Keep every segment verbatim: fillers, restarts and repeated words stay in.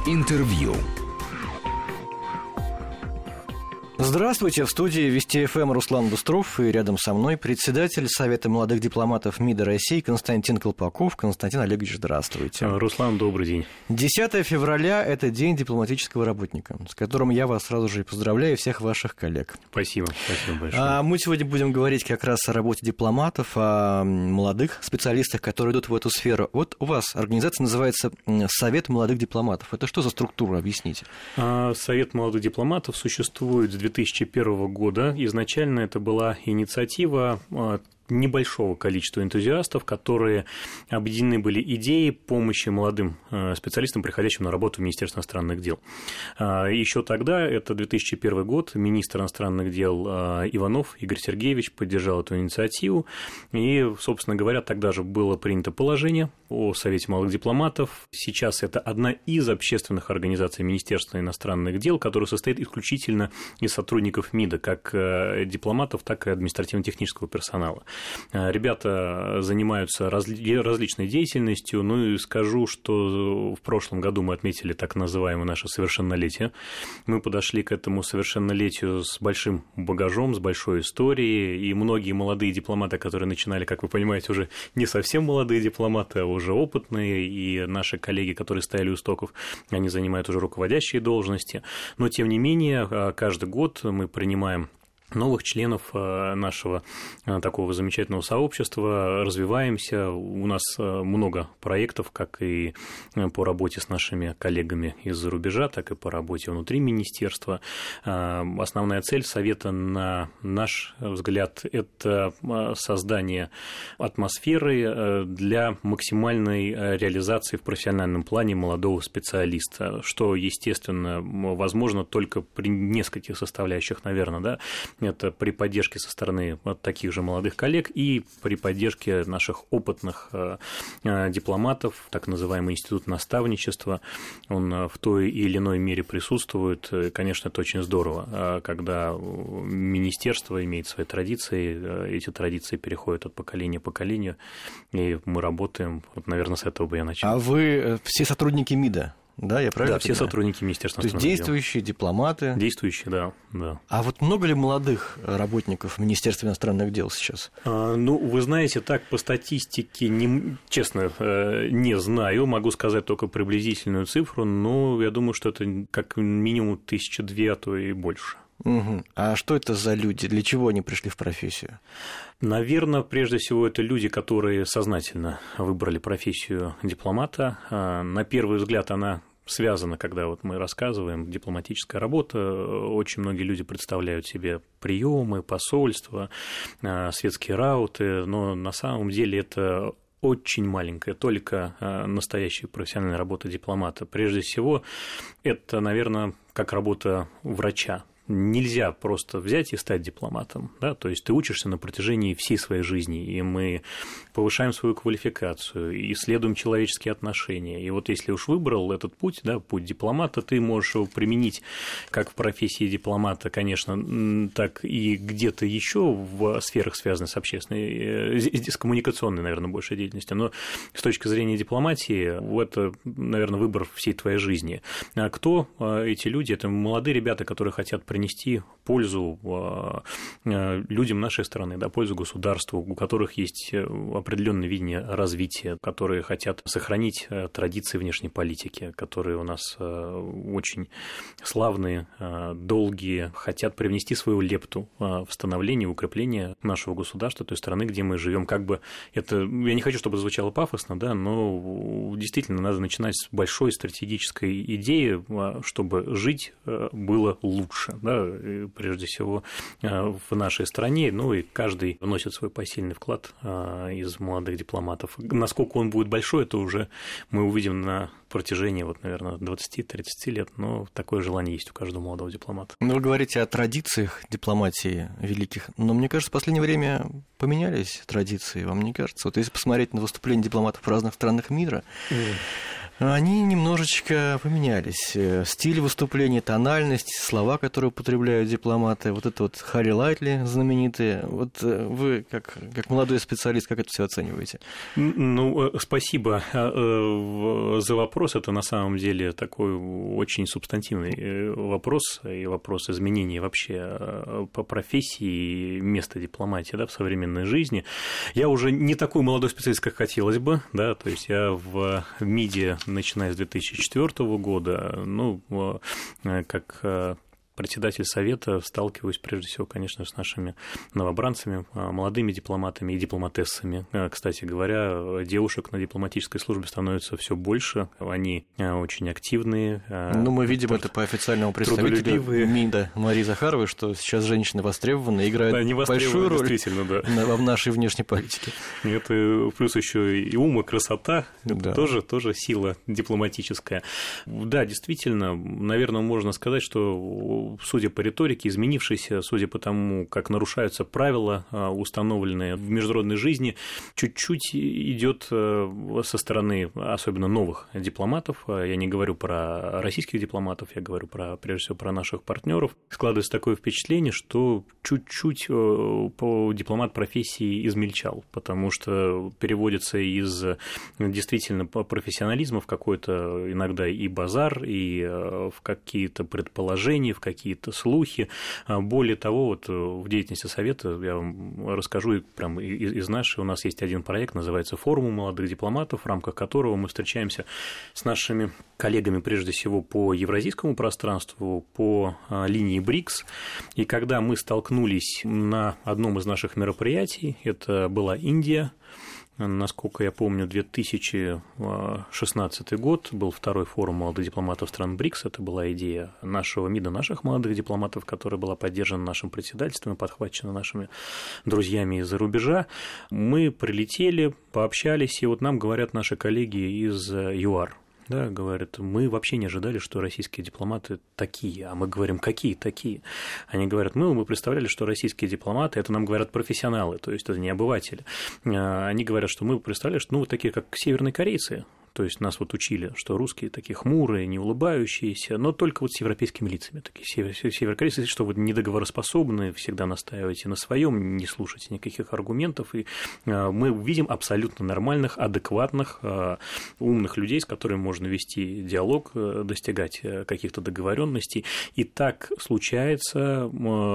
Интервью. Здравствуйте, в студии Вести эф эм Руслан Быстров, и рядом со мной председатель Совета молодых дипломатов МИДа России Константин Колпаков. Константин Олегович, здравствуйте. Руслан, добрый день. десятое февраля – это День дипломатического работника, с которым я вас сразу же и поздравляю, и всех ваших коллег. Спасибо, спасибо большое. А мы сегодня будем говорить как раз о работе дипломатов, о молодых специалистах, которые идут в эту сферу. Вот у вас организация называется Совет молодых дипломатов. Это что за структура, объясните? Совет молодых дипломатов существует с две тысячи первого года. Изначально это была инициатива небольшого количества энтузиастов, которые объединены были идеей помощи молодым специалистам, приходящим на работу в Министерство иностранных дел. Еще тогда, это две тысячи первый год, министр иностранных дел Иванов Игорь Сергеевич поддержал эту инициативу, и, собственно говоря, тогда же было принято положение о Совете молодых дипломатов. Сейчас это одна из общественных организаций Министерства иностранных дел, которая состоит исключительно из сотрудников МИДа, как дипломатов, так и административно-технического персонала. Ребята занимаются разли- различной деятельностью, ну и скажу, что в прошлом году мы отметили так называемое наше совершеннолетие. Мы подошли к этому совершеннолетию с большим багажом, с большой историей, и многие молодые дипломаты, которые начинали, как вы понимаете, уже не совсем молодые дипломаты, а уже опытные, и наши коллеги, которые стояли у истоков, они занимают уже руководящие должности, но тем не менее каждый год мы принимаем новых членов нашего такого замечательного сообщества, развиваемся. У нас много проектов, как и по работе с нашими коллегами из-за рубежа, так и по работе внутри министерства. Основная цель Совета, на наш взгляд, это создание атмосферы для максимальной реализации в профессиональном плане молодого специалиста, что, естественно, возможно только при нескольких составляющих, наверное, да. Это при поддержке со стороны вот таких же молодых коллег и при поддержке наших опытных дипломатов, так называемый институт наставничества. Он в той или иной мере присутствует. Конечно, это очень здорово, когда министерство имеет свои традиции, эти традиции переходят от поколения к поколению, и мы работаем. Вот, наверное, с этого бы я начал. А вы все сотрудники МИДа? Да, я правильно Да, все понимаю? сотрудники Министерства иностранных дел. То есть действующие дел. дипломаты? Действующие, да, да. А вот много ли молодых работников Министерства иностранных дел сейчас? А, ну, вы знаете, так по статистике, не, честно, не знаю, могу сказать только приблизительную цифру, но я думаю, что это как минимум тысяча две, а то и больше. Угу. А что это за люди? Для чего они пришли в профессию? Наверное, прежде всего, это люди, которые сознательно выбрали профессию дипломата. На первый взгляд она связана, когда вот мы рассказываем, дипломатическая работа. Очень многие люди представляют себе приемы, посольства, светские рауты, но на самом деле это очень маленькая, только настоящая профессиональная работа дипломата. Прежде всего, это, наверное, как работа врача. Нельзя просто взять и стать дипломатом, да, то есть ты учишься на протяжении всей своей жизни, и мы повышаем свою квалификацию, исследуем человеческие отношения, и вот если уж выбрал этот путь, да, путь дипломата, ты можешь его применить как в профессии дипломата, конечно, так и где-то еще в сферах, связанных с общественной, с коммуникационной, наверное, большей деятельностью, но с точки зрения дипломатии, это, наверное, выбор всей твоей жизни. А кто эти люди? Это молодые ребята, которые хотят принести пользу людям нашей страны, да, пользу государству, у которых есть определенное видение развития, которые хотят сохранить традиции внешней политики, которые у нас очень славные, долгие, хотят привнести свою лепту в становление, в укрепление нашего государства, той страны, где мы живем. Как бы это, я не хочу, чтобы звучало пафосно, да, но действительно надо начинать с большой стратегической идеи, чтобы жить было лучше. Да, прежде всего в нашей стране, ну и каждый вносит свой посильный вклад из молодых дипломатов. Насколько он будет большой, это уже мы увидим на протяжении, вот, наверное, двадцати-тридцати лет, но такое желание есть у каждого молодого дипломата. Вы говорите о традициях дипломатии великих, но мне кажется, в последнее время поменялись традиции, вам не кажется? Вот если посмотреть на выступления дипломатов в разных странах мира, mm. Они немножечко поменялись. Стиль выступления, тональность, слова, которые употребляют дипломаты, вот это вот Харри Лайтли знаменитые. Вот вы, как, как молодой специалист, как это все оцениваете? Ну, спасибо за вопрос. Это на самом деле такой очень субстантивный вопрос, и вопрос изменения вообще по профессии и места дипломатии, да, в современной жизни. Я уже не такой молодой специалист, как хотелось бы, да, то есть я в МИДе, начиная с две тысячи четвёртого года, ну, как председатель совета сталкиваюсь прежде всего, конечно, с нашими новобранцами, молодыми дипломатами и дипломатессами. Кстати говоря, девушек на дипломатической службе становится все больше, они очень активные. Ну, мы видим это по официальному представителю МИДа Марии Захаровой, что сейчас женщины востребованы, играют да, большую роль да. в нашей внешней политике. Это плюс еще и ум, и красота, это да. тоже, тоже сила дипломатическая. Да, действительно, наверное, можно сказать, что судя по риторике, изменившейся, судя по тому, как нарушаются правила, установленные в международной жизни, чуть-чуть идет со стороны особенно новых дипломатов. Я не говорю про российских дипломатов, я говорю про, прежде всего про наших партнеров. Складывается такое впечатление, что чуть-чуть дипломат профессии измельчал, потому что переводится из действительно профессионализма в какой-то иногда и базар, и в какие-то предположения, в какие какие-то слухи. Более того, вот в деятельности Совета я вам расскажу прямо из нашей. У нас есть один проект, называется «Форум молодых дипломатов», в рамках которого мы встречаемся с нашими коллегами, прежде всего, по евразийскому пространству, по линии БРИКС. И когда мы столкнулись на одном из наших мероприятий, это была Индия, насколько я помню, две тысячи шестнадцатый год был второй форум молодых дипломатов стран БРИКС. Это была идея нашего МИДа, наших молодых дипломатов, которая была поддержана нашим председательством и подхвачена нашими друзьями из-за рубежа. Мы прилетели, пообщались, и вот нам говорят наши коллеги из ЮАР. Да, говорят, мы вообще не ожидали, что российские дипломаты такие. А мы говорим, какие такие? Они говорят, ну, мы представляли, что российские дипломаты, это нам говорят профессионалы, то есть это не обыватели. Они говорят, что мы представляли, что ну, вот такие, как северные корейцы. То есть нас вот учили, что русские такие хмурые, не улыбающиеся, но только вот с европейскими лицами. Такие северокорейцы, что вот недоговороспособны, всегда настаиваете на своем, не слушайте никаких аргументов. И мы видим абсолютно нормальных, адекватных, умных людей, с которыми можно вести диалог, достигать каких-то договоренностей. И так случается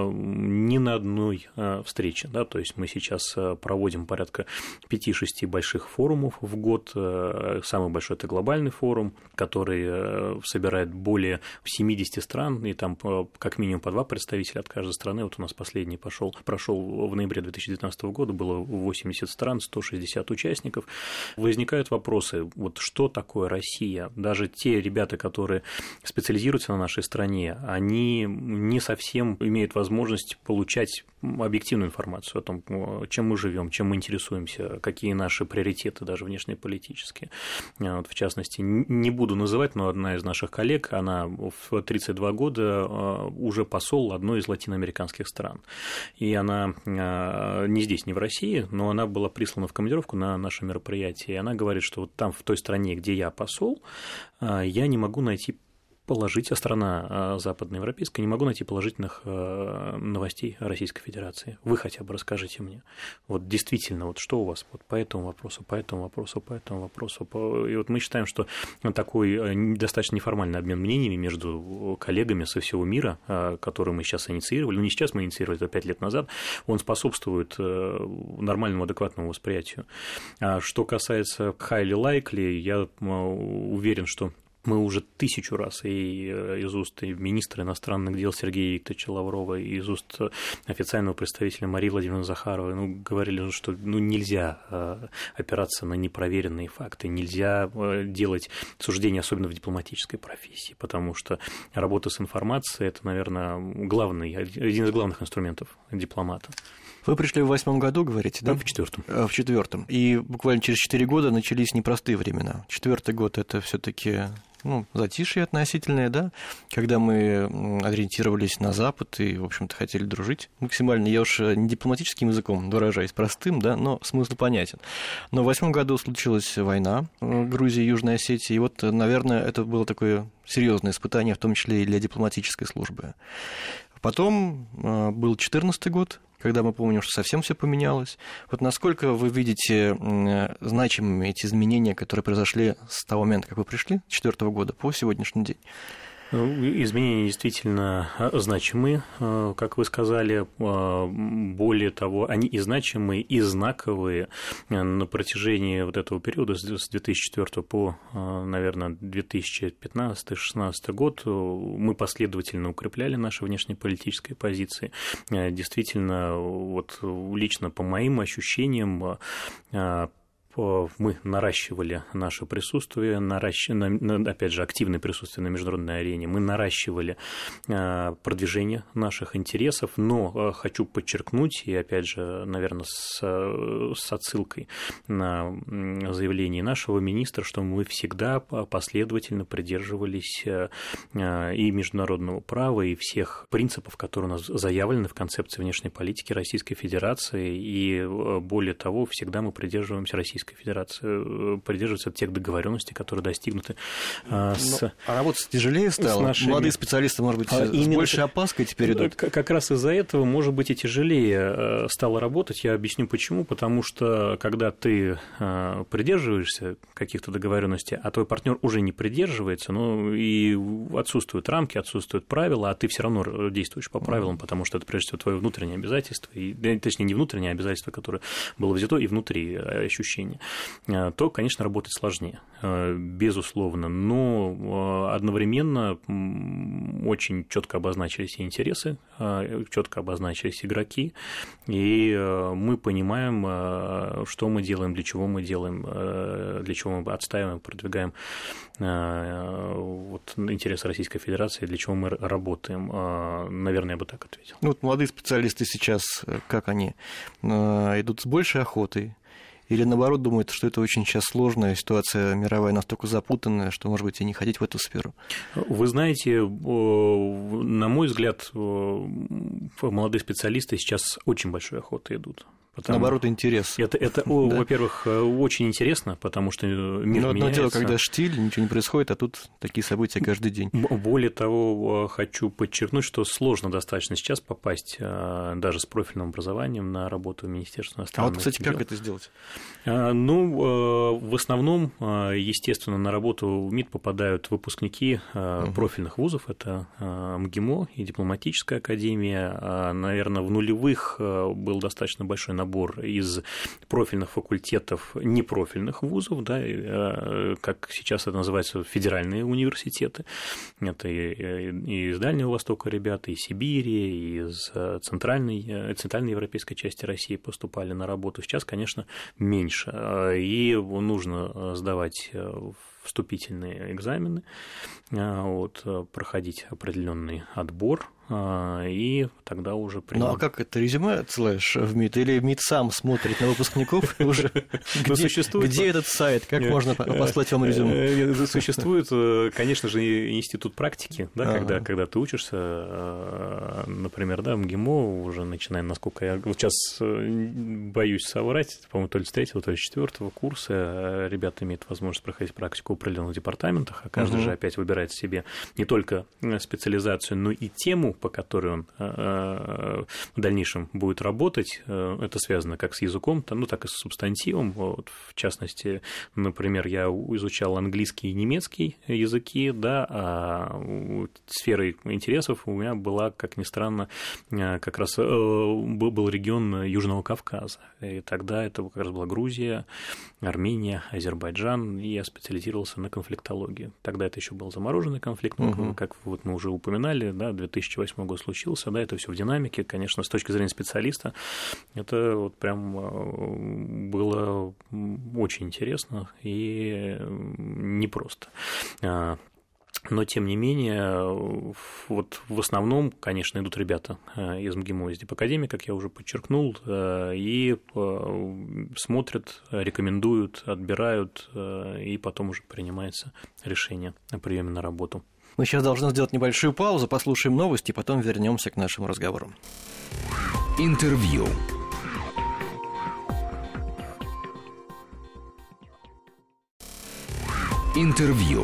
не на одной встрече. Да? То есть мы сейчас проводим порядка пяти-шести больших форумов в год. Самый большой – это глобальный форум, который собирает более семидесяти стран, и там как минимум по два представителя от каждой страны. Вот у нас последний пошел, прошел в ноябре две тысячи девятнадцатого года, было восемьдесят стран, сто шестьдесят участников. Возникают вопросы, вот что такое Россия? Даже те ребята, которые специализируются на нашей стране, они не совсем имеют возможность получать объективную информацию о том, чем мы живем, чем мы интересуемся, какие наши приоритеты, даже внешнеполитические. Вот, в частности, не буду называть, но одна из наших коллег, она в тридцать два года уже посол одной из латиноамериканских стран. И она не здесь, не в России, но она была прислана в командировку на наше мероприятие. И она говорит, что вот там, в той стране, где я посол, я не могу найти положить, а страна западноевропейская, не могу найти положительных новостей Российской Федерации. Вы хотя бы расскажите мне. Вот действительно, вот что у вас вот по этому вопросу, по этому вопросу, по этому вопросу. И вот мы считаем, что такой достаточно неформальный обмен мнениями между коллегами со всего мира, который мы сейчас инициировали, ну не сейчас мы инициировали, это пять лет назад, он способствует нормальному, адекватному восприятию. А что касается highly likely, я уверен, что мы уже тысячу раз и из уст и министра иностранных дел Сергея Викторовича Лаврова, и из уст официального представителя Марии Владимировны Захаровой ну, говорили, что ну, нельзя опираться на непроверенные факты, нельзя делать суждения, особенно в дипломатической профессии, потому что работа с информацией – это, наверное, главный, один из главных инструментов дипломата. Вы пришли в восьмом году, говорите, да? В четвертом. В четвертом. И буквально через четыре года начались непростые времена. Четвертый год – это все-таки ну, затишье относительное, да, когда мы ориентировались на Запад и, в общем-то, хотели дружить максимально. Я уж не дипломатическим языком выражаюсь, простым, да, но смысл понятен. Но в восьмом году случилась война в Грузии и Южной Осетии, и вот, наверное, это было такое серьезное испытание, в том числе и для дипломатической службы. Потом был четырнадцатый год, когда мы помним, что совсем все поменялось. Вот насколько вы видите значимыми эти изменения, которые произошли с того момента, как вы пришли, с две тысячи четвёртого года по сегодняшний день? Изменения действительно значимы, как вы сказали. Более того, они и значимые, и знаковые на протяжении вот этого периода с две тысячи четвёртого по, наверное, две тысячи пятнадцатый — две тысячи шестнадцатый год мы последовательно укрепляли наши внешнеполитические позиции. Действительно, вот лично по моим ощущениям, мы наращивали наше присутствие, наращ... опять же, активное присутствие на международной арене, мы наращивали продвижение наших интересов, но хочу подчеркнуть, и опять же, наверное, с, с отсылкой на заявление нашего министра, что мы всегда последовательно придерживались и международного права, и всех принципов, которые у нас заявлены в концепции внешней политики Российской Федерации, и более того, всегда мы придерживаемся Российской Федерации, придерживаться тех договоренностей, которые достигнуты а, с... Ну, а работать тяжелее стало? Нашими... Молодые специалисты, может быть, а с именно... большей опаской теперь идут? Как раз из-за этого, может быть, и тяжелее стало работать. Я объясню, почему. Потому что, когда ты придерживаешься каких-то договоренностей, а твой партнер уже не придерживается, ну, и отсутствуют рамки, отсутствуют правила, а ты все равно действуешь по правилам, потому что это, прежде всего, твое внутреннее обязательство, и, точнее, не внутреннее обязательство, которое было взято, и внутри ощущения, то, конечно, работать сложнее, безусловно, но одновременно очень четко обозначились и интересы, четко обозначились игроки, и мы понимаем, что мы делаем, для чего мы делаем, для чего мы отстаиваем, продвигаем вот, интересы Российской Федерации, для чего мы работаем. Наверное, я бы так ответил. Ну, вот молодые специалисты сейчас, как они, идут с большей охотой? Или, наоборот, думают, что это очень сейчас сложная ситуация мировая, настолько запутанная, что, может быть, и не ходить в эту сферу? Вы знаете, на мой взгляд, молодые специалисты сейчас с очень большой охотой идут. Потому... Наоборот, интерес. Это, это да. Во-первых, очень интересно, потому что мир Но меняется. одно дело, когда штиль, ничего не происходит, а тут такие события каждый день. Более того, хочу подчеркнуть, что сложно достаточно сейчас попасть даже с профильным образованием на работу в Министерство иностранных дел. А вот, кстати, как это сделать? Ну, в основном, естественно, на работу в МИД попадают выпускники угу. профильных вузов. Это МГИМО и дипломатическая академия. Наверное, в нулевых был достаточно большой набор из профильных факультетов непрофильных вузов, да, как сейчас это называется, федеральные университеты. Это и из Дальнего Востока ребята, и из Сибири, и из центральной, центральной европейской части России поступали на работу. Сейчас, конечно, меньше, и нужно сдавать вступительные экзамены, вот, проходить определенный отбор, и тогда уже принимать. Ну, а как это, резюме отсылаешь в МИД, или МИД сам смотрит на выпускников уже? Где этот сайт, как можно послать вам резюме? Существует, конечно же, институт практики, когда ты учишься, например, в МГИМО, уже начиная, насколько я сейчас боюсь соврать, по-моему, то ли с третьего, то ли с четвертого курса ребята имеют возможность проходить практику в определенных департаментах, а каждый же опять выбирает себе не только специализацию, но и тему, по которой он в дальнейшем будет работать. Это связано как с языком, ну, так и с субстантивом. Вот, в частности, например, я изучал английский и немецкий языки, да, а сферой интересов у меня была, как ни странно, как раз был регион Южного Кавказа. И тогда это как раз была Грузия, Армения, Азербайджан, и я специализировался на конфликтологии. Тогда это еще был замороженный конфликт, но, угу. как вот мы уже упоминали, да, две тысячи восьмой год случился, да, это все в динамике, конечно, с точки зрения специалиста, это вот прям было очень интересно и непросто. Но, тем не менее, вот в основном, конечно, идут ребята из МГИМО, из Дипакадемии, как я уже подчеркнул, и смотрят, рекомендуют, отбирают, и потом уже принимается решение о приеме на работу. Мы сейчас должны сделать небольшую паузу, послушаем новости, потом вернемся к нашим разговорам. Интервью. Интервью.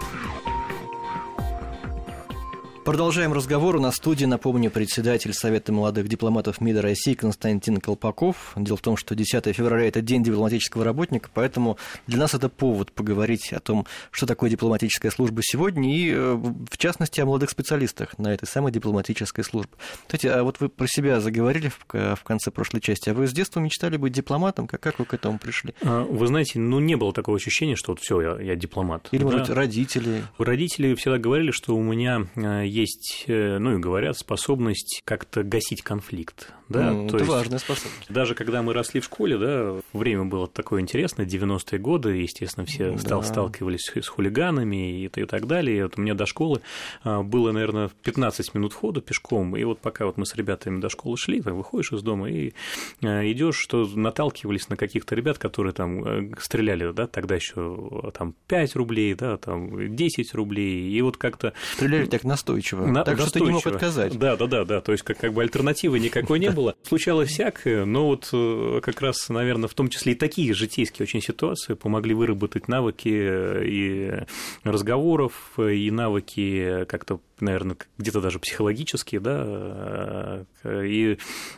Продолжаем разговор. У нас в студии, напомню, председатель Совета молодых дипломатов МИДа России Константин Колпаков. Дело в том, что десятое февраля – это День дипломатического работника, поэтому для нас это повод поговорить о том, что такое дипломатическая служба сегодня, и, в частности, о молодых специалистах на этой самой дипломатической службе. Кстати, а вот вы про себя заговорили в конце прошлой части, а вы с детства мечтали быть дипломатом? Как, как вы к этому пришли? Вы знаете, ну, не было такого ощущения, что вот все, я, я дипломат. Или, да? может быть, родители? Родители всегда говорили, что у меня есть, ну и говорят, способность как-то гасить конфликт. Да? Mm, То это есть, важная способность. Даже когда мы росли в школе, да, время было такое интересное, девяностые годы, естественно, все да. сталкивались с хулиганами и, и так далее. И вот у меня до школы было, наверное, пятнадцать минут хода пешком, и вот пока вот мы с ребятами до школы шли, там, выходишь из дома и идешь, что наталкивались на каких-то ребят, которые там стреляли, да, тогда еще там пять рублей, да, там десять рублей, и вот как-то... Стреляли так настойчиво, на... так настойчиво. что ты не мог отказать. Да, да, да, да, то есть как, как бы альтернативы никакой не было. Случалось всякое, но вот как раз, наверное, в том числе и такие житейские очень ситуации помогли выработать навыки и разговоров, и навыки как-то, наверное, где-то даже психологические, да, и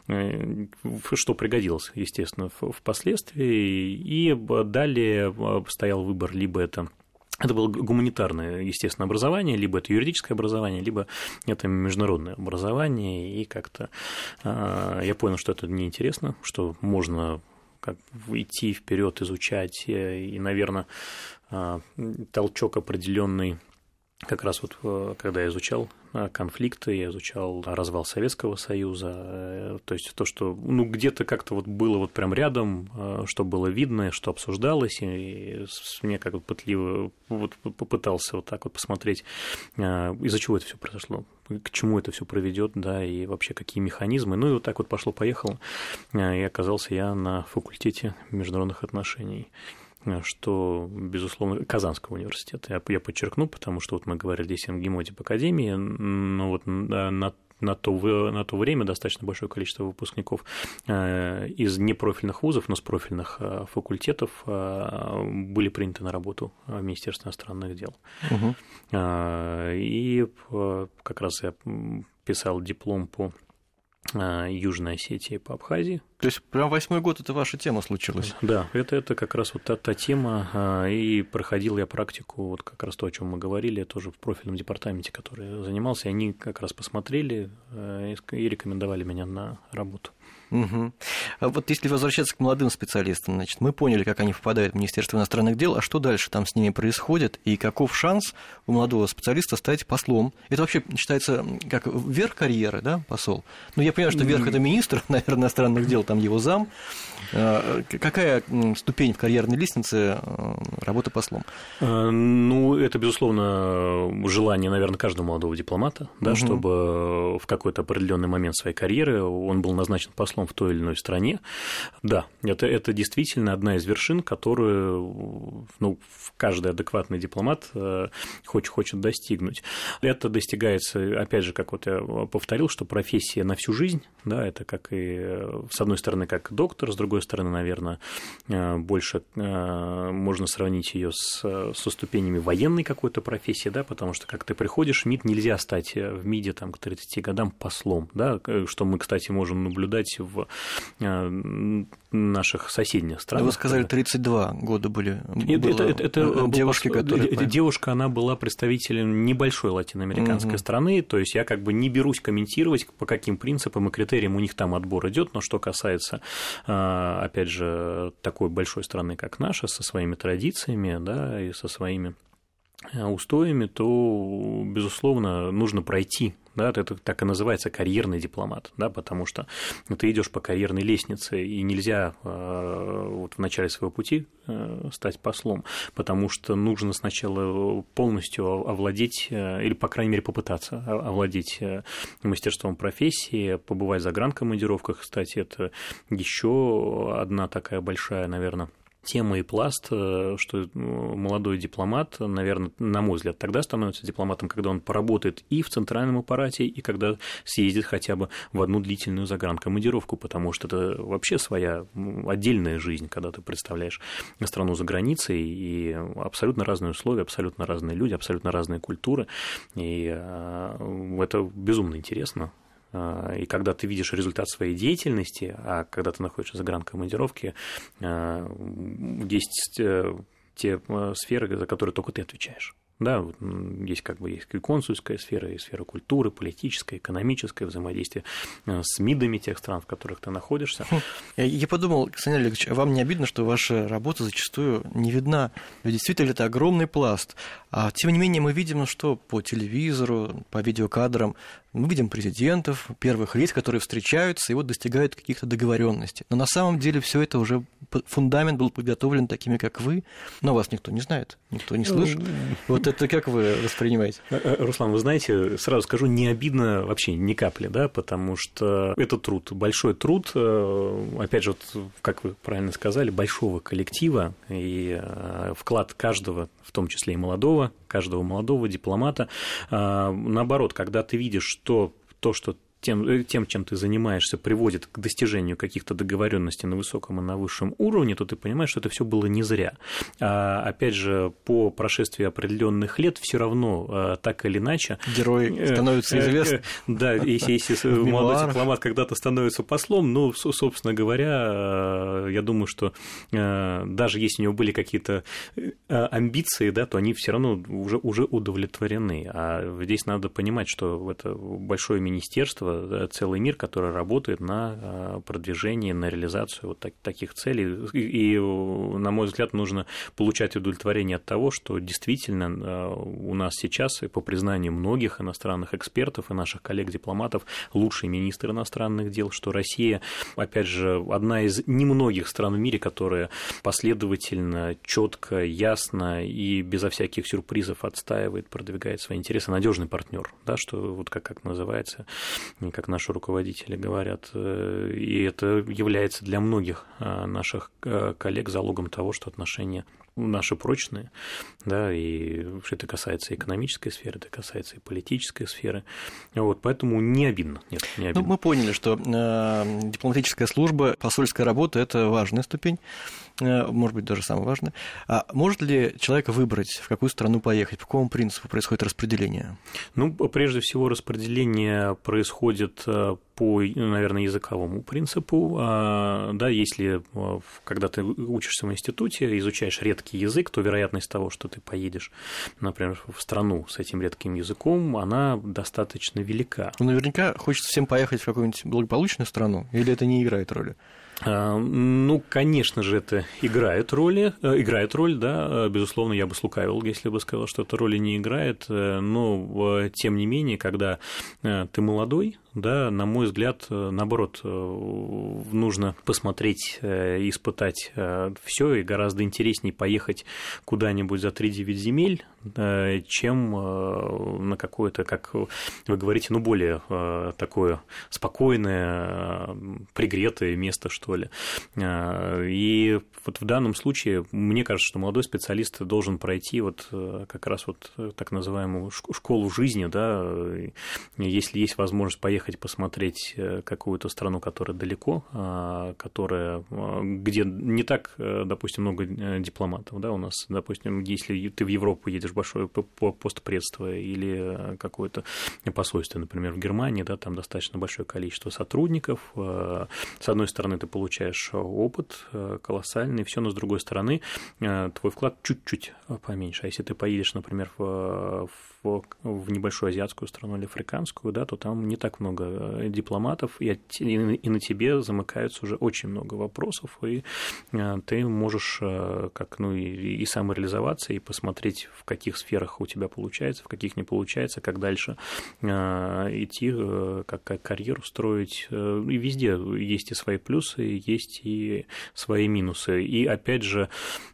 что пригодилось, естественно, впоследствии. И далее стоял выбор, либо это... Это было гуманитарное, естественно, образование, либо это юридическое образование, либо это международное образование, и как-то э, я понял, что это неинтересно, что можно как идти вперед, изучать, и, наверное, э, толчок определенный. Как раз вот когда я изучал конфликты, я изучал развал Советского Союза, то есть то, что ну, где-то как-то вот было вот прям рядом, что было видно, что обсуждалось, и мне как вот пытливо вот попытался вот так вот посмотреть, из-за чего это все произошло, к чему это все приведет, да, и вообще какие механизмы. Ну и вот так вот пошло-поехало, и оказался я на факультете международных отношений, что, безусловно, Казанского университета. Я, я подчеркну, потому что вот мы говорили здесь о МГИМО, Дипакадемии, но вот на, на, то, на то время достаточно большое количество выпускников из непрофильных вузов, но с профильных факультетов были приняты на работу в Министерство иностранных дел. Угу. И как раз я писал диплом по Южной Осетии, по Абхазии. То есть прям восьмой год это ваша тема случилась? Да, это, это как раз вот та, та тема, и проходил я практику, вот как раз то, о чем мы говорили, тоже в профильном департаменте, который я занимался, и они как раз посмотрели и рекомендовали меня на работу. Угу. А вот если возвращаться к молодым специалистам, значит, мы поняли, как они попадают в Министерство иностранных дел, а что дальше там с ними происходит, и каков шанс у молодого специалиста стать послом? Это вообще считается как верх карьеры, да, посол? Ну, я понимаю, что верх – это министр, наверное, иностранных дел, там его зам. Какая ступень в карьерной лестнице работы послом? Ну, это, безусловно, желание, наверное, каждого молодого дипломата, да, угу. чтобы в какой-то определенный момент своей карьеры он был назначен послом в той или иной стране. Да, это, это действительно одна из вершин, которую ну, каждый адекватный дипломат хочет, хочет достигнуть. Это достигается, опять же, как вот я повторил, что профессия на всю жизнь, да, это как и, с одной стороны, как доктор, с другой стороны, наверное, больше можно сравнить ее с, со ступенями военной какой-то профессии, да, потому что, как ты приходишь в МИД, нельзя стать в МИДе там, к тридцати годам послом, да, что мы, кстати, можем наблюдать в наших соседних странах. Вы сказали, тридцать два года были. Это, это, это девушки, которые... Эта девушка, она была представителем небольшой латиноамериканской угу. страны, то есть я как бы не берусь комментировать, по каким принципам и критериям у них там отбор идет, но что касается, опять же, такой большой страны, как наша, со своими традициями, да, и со своими устоями, то, безусловно, нужно пройти да, это так и называется карьерный дипломат, да, потому что ты идешь по карьерной лестнице, и нельзя вот в начале своего пути стать послом, потому что нужно сначала полностью овладеть, или, по крайней мере, попытаться овладеть мастерством профессии, побывать в загранкомандировках. Кстати, это еще одна такая большая, наверное, тема и пласт, что молодой дипломат, наверное, на мой взгляд, тогда становится дипломатом, когда он поработает и в центральном аппарате, и когда съездит хотя бы в одну длительную загранкомандировку, потому что это вообще своя отдельная жизнь, когда ты представляешь страну за границей, и абсолютно разные условия, абсолютно разные люди, абсолютно разные культуры, и это безумно интересно. И когда ты видишь результат своей деятельности, а когда ты находишься в загранкомандировке, есть те сферы, за которые только ты отвечаешь. Да, есть как бы есть и консульская сфера, и сфера культуры, политическая, экономическая, взаимодействие с МИДами тех стран, в которых ты находишься. Я подумал, Константин Олегович, а вам не обидно, что ваша работа зачастую не видна? Ведь действительно это огромный пласт. А тем не менее мы видим, что по телевизору, по видеокадрам мы видим президентов, первых лиц, которые встречаются и вот достигают каких-то договоренностей. Но на самом деле все это уже фундамент был подготовлен такими, как вы, но вас никто не знает, никто не слышит. Вот это как вы воспринимаете? Руслан, вы знаете, сразу скажу, не обидно вообще ни капли, да, потому что это труд, большой труд, опять же, вот, как вы правильно сказали, большого коллектива, и вклад каждого, в том числе и молодого, каждого молодого дипломата. Наоборот, когда ты видишь, что то, что Тем, тем, чем ты занимаешься, приводит к достижению каких-то договоренностей на высоком и на высшем уровне, то ты понимаешь, что это все было не зря. А, опять же, по прошествии определенных лет все равно, так или иначе... Герой становится известным. Да, если, если молодой дипломат когда-то становится послом, ну, собственно говоря, я думаю, что даже если у него были какие-то амбиции, да, то они все равно уже, уже удовлетворены. А здесь надо понимать, что это большое министерство, целый мир, который работает на продвижение, на реализацию вот так, таких целей. И, на мой взгляд, нужно получать удовлетворение от того, что действительно у нас сейчас, и по признанию многих иностранных экспертов и наших коллег-дипломатов, лучший министр иностранных дел, что Россия, опять же, одна из немногих стран в мире, которая последовательно, четко, ясно и безо всяких сюрпризов отстаивает, продвигает свои интересы, надежный партнер, да, что вот как, как называется, как наши руководители говорят, и это является для многих наших коллег залогом того, что отношения наши прочные, да, и это касается и экономической сферы, это касается и политической сферы, вот, поэтому не обидно, нет, не обидно. Ну, мы поняли, что э, дипломатическая служба, посольская работа – это важная ступень, э, может быть, даже самая важная. А может ли человек выбрать, в какую страну поехать, по какому принципу происходит распределение? Ну, прежде всего, распределение происходит по, наверное, языковому принципу, да, если когда ты учишься в институте, изучаешь редкий язык, то вероятность того, что ты поедешь, например, в страну с этим редким языком, она достаточно велика. Ну, наверняка хочется всем поехать в какую-нибудь благополучную страну, или это не играет роли? Ну, конечно же, это играет роль, играет роль, да, безусловно, я бы слукавил, если бы сказал, что эта роли не играет, но, тем не менее, когда ты молодой, да, на мой взгляд, наоборот, нужно посмотреть и испытать все, и гораздо интереснее поехать куда-нибудь за три-девять земель, чем на какое-то, как вы говорите, ну, более такое спокойное, пригретое место, что ли. И вот в данном случае, мне кажется, что молодой специалист должен пройти вот как раз вот так называемую школу жизни, да, если есть возможность поехать посмотреть какую-то страну, которая далеко, которая, где не так, допустим, много дипломатов, да, у нас, допустим, если ты в Европу едешь, большое постпредство или какое-то посольство, например, в Германии, да, там достаточно большое количество сотрудников, с одной стороны, ты получаешь опыт колоссальный, все, но с другой стороны, твой вклад чуть-чуть поменьше. А если ты поедешь, например, в в, в небольшую азиатскую страну или африканскую, да, то там не так много дипломатов, и, и на тебе замыкаются уже очень много вопросов, и ты можешь как, ну, и, и самореализоваться, и посмотреть, в каких сферах у тебя получается, в каких не получается, как дальше идти, как, как карьеру строить. И везде есть и свои плюсы, есть и свои минусы. И опять же,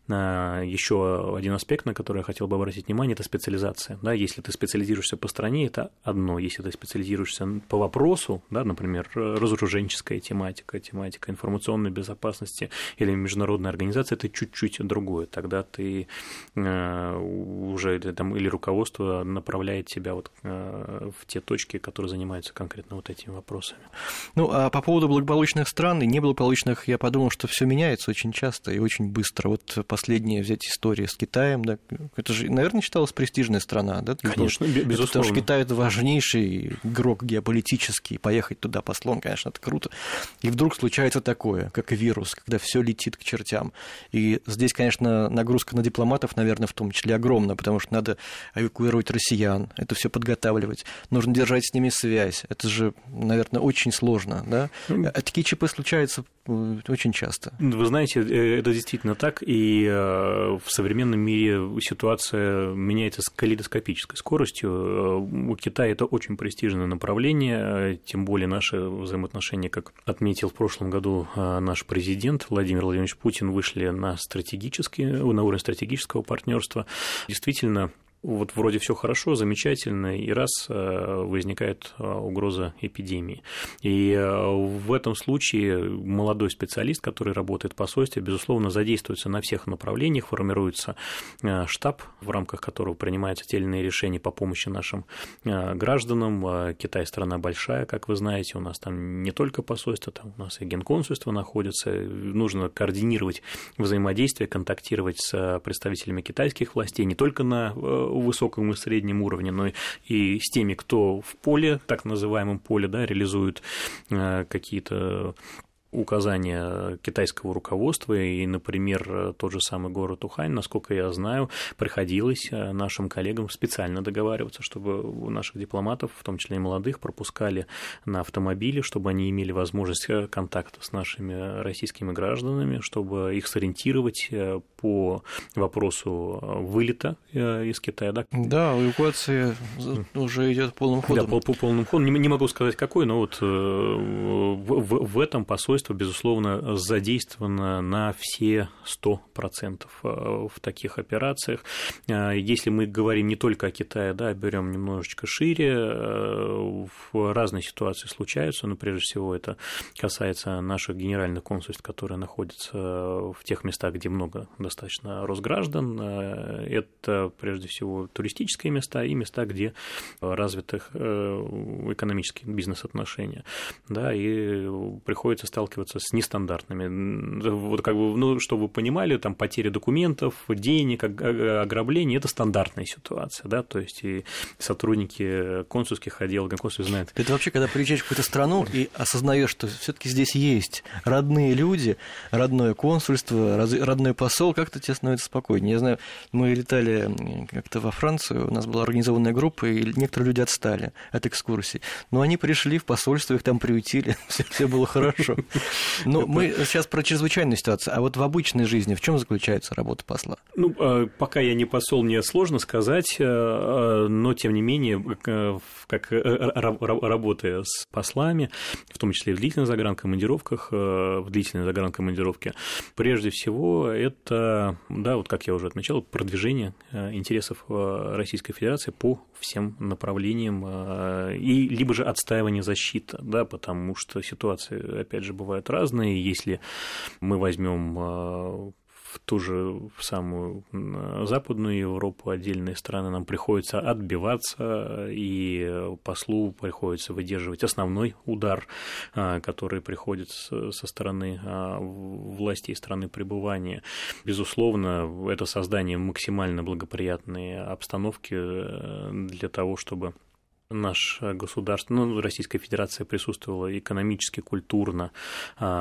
еще один аспект, на который я хотел бы обратить внимание, это специализация. Да, если ты специализируешься по стране, это одно. Если ты специализируешься по вопросу, да, например, разоруженческая тематика, тематика информационной безопасности или международная организация, это чуть-чуть другое. Тогда ты уже там, или руководство направляет тебя вот в те точки, которые занимаются конкретно вот этими вопросами. Ну, а по поводу благополучных стран и неблагополучных, я подумал, что все меняется очень часто и очень быстро. Вот последняя взять история с Китаем, да, это же, наверное, считалась престижная страна, да? Конечно, это, безусловно. Потому что Китай – это важнейший игрок геополитический, поехать туда послом, конечно, это круто. И вдруг случается такое, как вирус, когда все летит к чертям. И здесь, конечно, нагрузка на дипломатов, наверное, в том числе огромная, потому что надо эвакуировать россиян, это все подготавливать, нужно держать с ними связь. Это же, наверное, очень сложно, да? А такие ЧП случаются очень часто. Вы знаете, это действительно так, и в современном мире ситуация меняется с калейдоскопической скоростью. У Китая это очень престижное направление, тем более наши взаимоотношения, как отметил в прошлом году наш президент Владимир Владимирович Путин, вышли на стратегические, на уровень стратегического партнерства. Действительно, вот вроде все хорошо, замечательно, и раз возникает угроза эпидемии. И в этом случае молодой специалист, который работает в посольстве, безусловно, задействуется на всех направлениях, формируется штаб, в рамках которого принимаются те или иные решения по помощи нашим гражданам. Китай страна большая, как вы знаете, у нас там не только посольство, там у нас и генконсульство находится, нужно координировать взаимодействие, контактировать с представителями китайских властей не только на высоком и среднем уровне, но и с теми, кто в поле, так называемом поле, да, реализует какие-то указания китайского руководства, и, например, тот же самый город Ухань, насколько я знаю, приходилось нашим коллегам специально договариваться, чтобы у наших дипломатов, в том числе и молодых, пропускали на автомобиле, чтобы они имели возможность контакта с нашими российскими гражданами, чтобы их сориентировать по вопросу вылета из Китая. Да, да, эвакуация уже идет полным ходом. Да, по, по полному ходу. Не, не могу сказать, какой, но вот в, в, в этом посольство, безусловно, задействовано на все сто процентов в таких операциях. Если мы говорим не только о Китае, да, берем немножечко шире, в разные ситуации случаются, но прежде всего это касается наших генеральных консульств, которые находятся в тех местах, где много достаточно росграждан. Это прежде всего туристические места и места, где развиты экономические бизнес-отношения. Да, и приходится сталкиваться с нестандартными. Вот как бы, ну, чтобы вы понимали, там потеря документов, денег, ограбление – это стандартная ситуация, да, то есть и сотрудники консульских отделов, консульских знают. Это вообще, когда приезжаешь в какую-то страну и осознаешь, что все-таки здесь есть родные люди, родное консульство, родной посол, как-то тебе становится спокойнее. Я знаю, мы летали как-то во Францию, у нас была организованная группа, и некоторые люди отстали от экскурсий, но они пришли в посольство, их там приютили, все, все было хорошо. Ну, мы сейчас про чрезвычайную ситуацию, а вот в обычной жизни в чем заключается работа посла? Ну, пока я не посол, мне сложно сказать, но, тем не менее, как работая с послами, в том числе и в длительных загранкомандировках, в длительной загранкомандировке, прежде всего, это, да, вот как я уже отмечал, продвижение интересов Российской Федерации по всем направлениям, и либо же отстаивание защиты, да, потому что ситуации, опять же, бывают разные. Если мы возьмем в ту же самую Западную Европу, отдельные страны, нам приходится отбиваться, и послу приходится выдерживать основной удар, который приходит со стороны властей страны пребывания. Безусловно, это создание максимально благоприятной обстановки для того, чтобы наше государство, ну, Российская Федерация присутствовала экономически, культурно,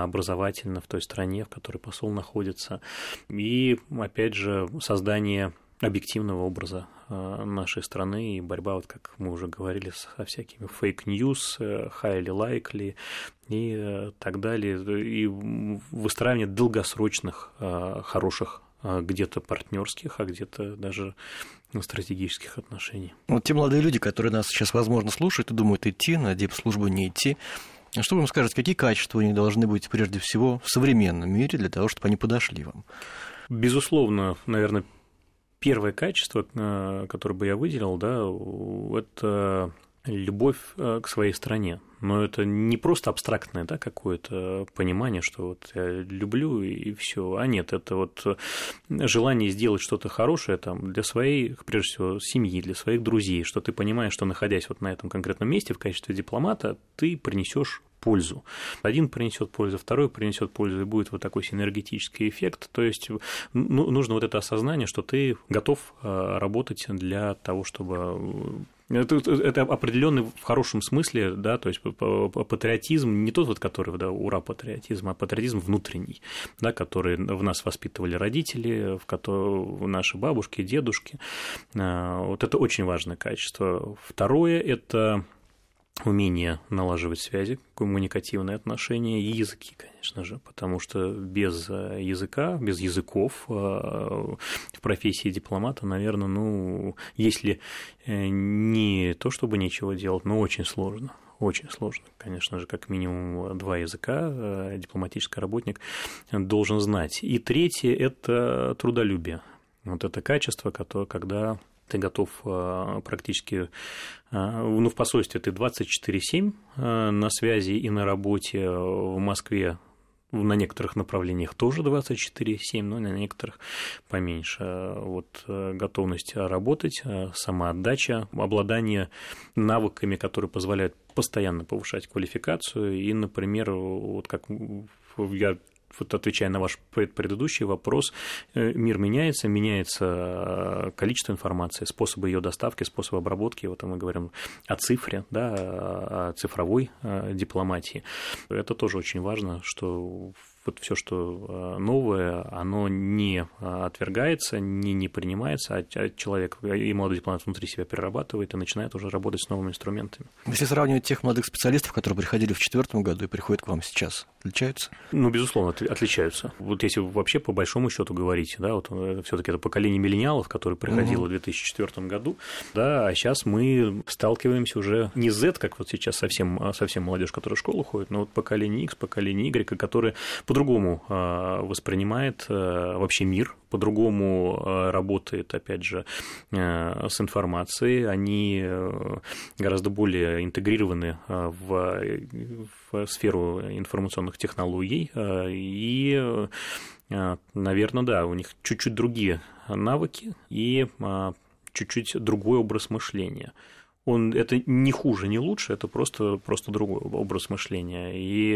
образовательно в той стране, в которой посол находится. И, опять же, создание объективного образа нашей страны и борьба, вот как мы уже говорили, со всякими фейк-ньюс, highly likely и так далее, и выстраивание долгосрочных хороших где-то партнерских, а где-то даже стратегических отношений. Вот те молодые люди, которые нас сейчас, возможно, слушают и думают, идти на дипслужбу, не идти, что вы им скажете, какие качества у них должны быть прежде всего в современном мире для того, чтобы они подошли вам? Безусловно, наверное, первое качество, которое бы я выделил, да, это любовь к своей стране. Но это не просто абстрактное, да, какое-то понимание, что вот я люблю и все. А нет, это вот желание сделать что-то хорошее там, для своей, прежде всего, семьи, для своих друзей, что ты понимаешь, что, находясь вот на этом конкретном месте в качестве дипломата, ты принесешь пользу. Один принесет пользу, второй принесет пользу, и будет вот такой синергетический эффект. То есть ну, нужно вот это осознание, что ты готов работать для того, чтобы... Это, это определенный в хорошем смысле, да, то есть патриотизм, не тот вот, который, да, ура, патриотизм, а патриотизм внутренний, да, который в нас воспитывали родители, в котором наши бабушки, дедушки. Вот это очень важное качество. Второе – это умение налаживать связи, коммуникативные отношения и языки, конечно же, потому что без языка, без языков в профессии дипломата, наверное, ну, если не то, чтобы ничего делать, но очень сложно. Очень сложно. Конечно же, как минимум два языка дипломатический работник должен знать. И третье – это трудолюбие. Вот это качество, которое, когда ты готов практически, ну, в посольстве ты двадцать четыре семь на связи и на работе, в Москве на некоторых направлениях тоже двадцать четыре семь, но на некоторых поменьше. Вот готовность работать, самоотдача, обладание навыками, которые позволяют постоянно повышать квалификацию. И, например, вот как я... Вот отвечая на ваш предыдущий вопрос, мир меняется, меняется количество информации, способы ее доставки, способы обработки. Вот мы говорим о цифре, да, о цифровой дипломатии. Это тоже очень важно, что вот все, что новое, оно не отвергается, не, не принимается, а человек и молодой дипломат внутри себя перерабатывает и начинает уже работать с новыми инструментами. Если сравнивать тех молодых специалистов, которые приходили в две тысячи четвёртом году и приходят к вам сейчас, отличаются? Ну, безусловно, отличаются. Вот если вообще по большому счету говорить, да, вот все-таки это поколение миллениалов, которое приходило в две тысячи четвёртом году, да, а сейчас мы сталкиваемся уже не Z, как вот сейчас совсем, совсем молодежь, которая в школу ходит, но вот поколение X, поколение Y, которое по-другому воспринимает вообще мир, по-другому работает, опять же, с информацией, они гораздо более интегрированы в, в сферу информационных технологий, и, наверное, да, у них чуть-чуть другие навыки и чуть-чуть другой образ мышления. Он, это не хуже, не лучше, это просто, просто другой образ мышления. И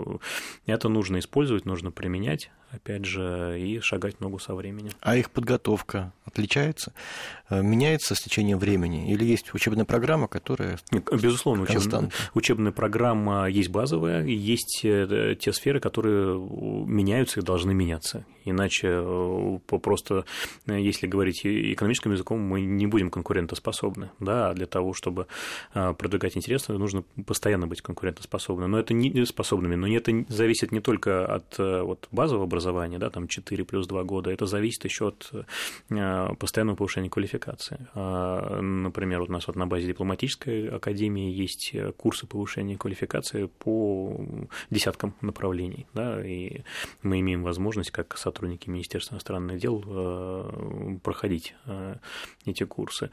это нужно использовать, нужно применять, опять же, и шагать в ногу со временем. А их подготовка отличается? Меняется с течением времени? Или есть учебная программа, которая... Безусловно, учебная, учебная программа есть базовая, и есть те сферы, которые меняются и должны меняться. Иначе просто, если говорить экономическим языком, мы не будем конкурентоспособны. Да? Для того, чтобы продвигать интересы, нужно постоянно быть конкурентоспособными. Но это не способными, но это зависит не только от вот, базового образования, да, там четыре плюс два года, это зависит еще от постоянного повышения квалификации. Например, вот у нас вот на базе дипломатической академии есть курсы повышения квалификации по десяткам направлений, да, и мы имеем возможность, как сотрудники Министерства иностранных дел, проходить эти курсы.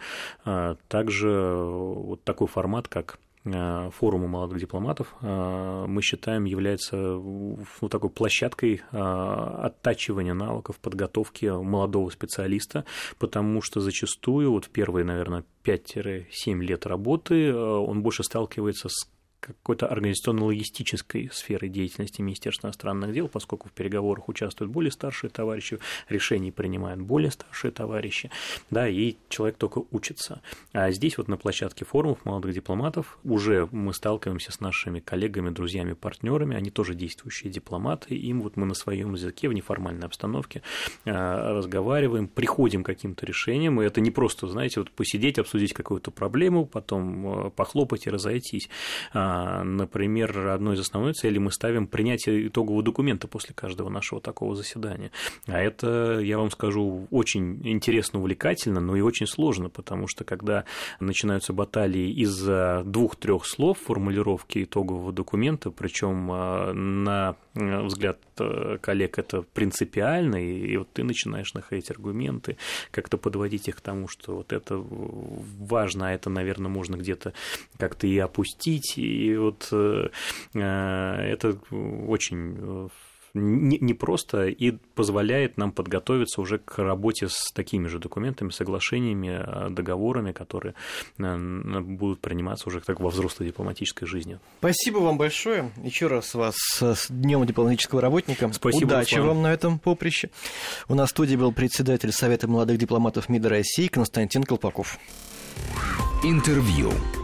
Также вот такой формат, как форума молодых дипломатов, мы считаем, является ну, такой площадкой оттачивания навыков, подготовки молодого специалиста, потому что зачастую вот в первые, наверное, пять-семь лет работы он больше сталкивается с какой-то организационно-логистической сферой деятельности Министерства иностранных дел, поскольку в переговорах участвуют более старшие товарищи, решения принимают более старшие товарищи, да, и человек только учится. А здесь вот на площадке форумов молодых дипломатов уже мы сталкиваемся с нашими коллегами, друзьями, партнерами, они тоже действующие дипломаты, им вот мы на своем языке в неформальной обстановке разговариваем, приходим к каким-то решениям, и это не просто, знаете, вот посидеть, обсудить какую-то проблему, потом похлопать и разойтись. Например, одной из основных целей мы ставим принятие итогового документа после каждого нашего такого заседания. А это, я вам скажу, очень интересно, увлекательно, но и очень сложно, потому что когда начинаются баталии из-за двух-трех слов формулировки итогового документа, причем на взгляд коллег это принципиально, и вот ты начинаешь находить аргументы, как-то подводить их к тому, что вот это важно, а это, наверное, можно где-то как-то и опустить, и вот это очень непросто и позволяет нам подготовиться уже к работе с такими же документами, соглашениями, договорами, которые будут приниматься уже так во взрослой дипломатической жизни. Спасибо вам большое. Еще раз вас с Днем дипломатического работника. Спасибо. Удачи вам на этом поприще. У нас в студии был председатель Совета молодых дипломатов МИДа России Константин Колпаков. Интервью.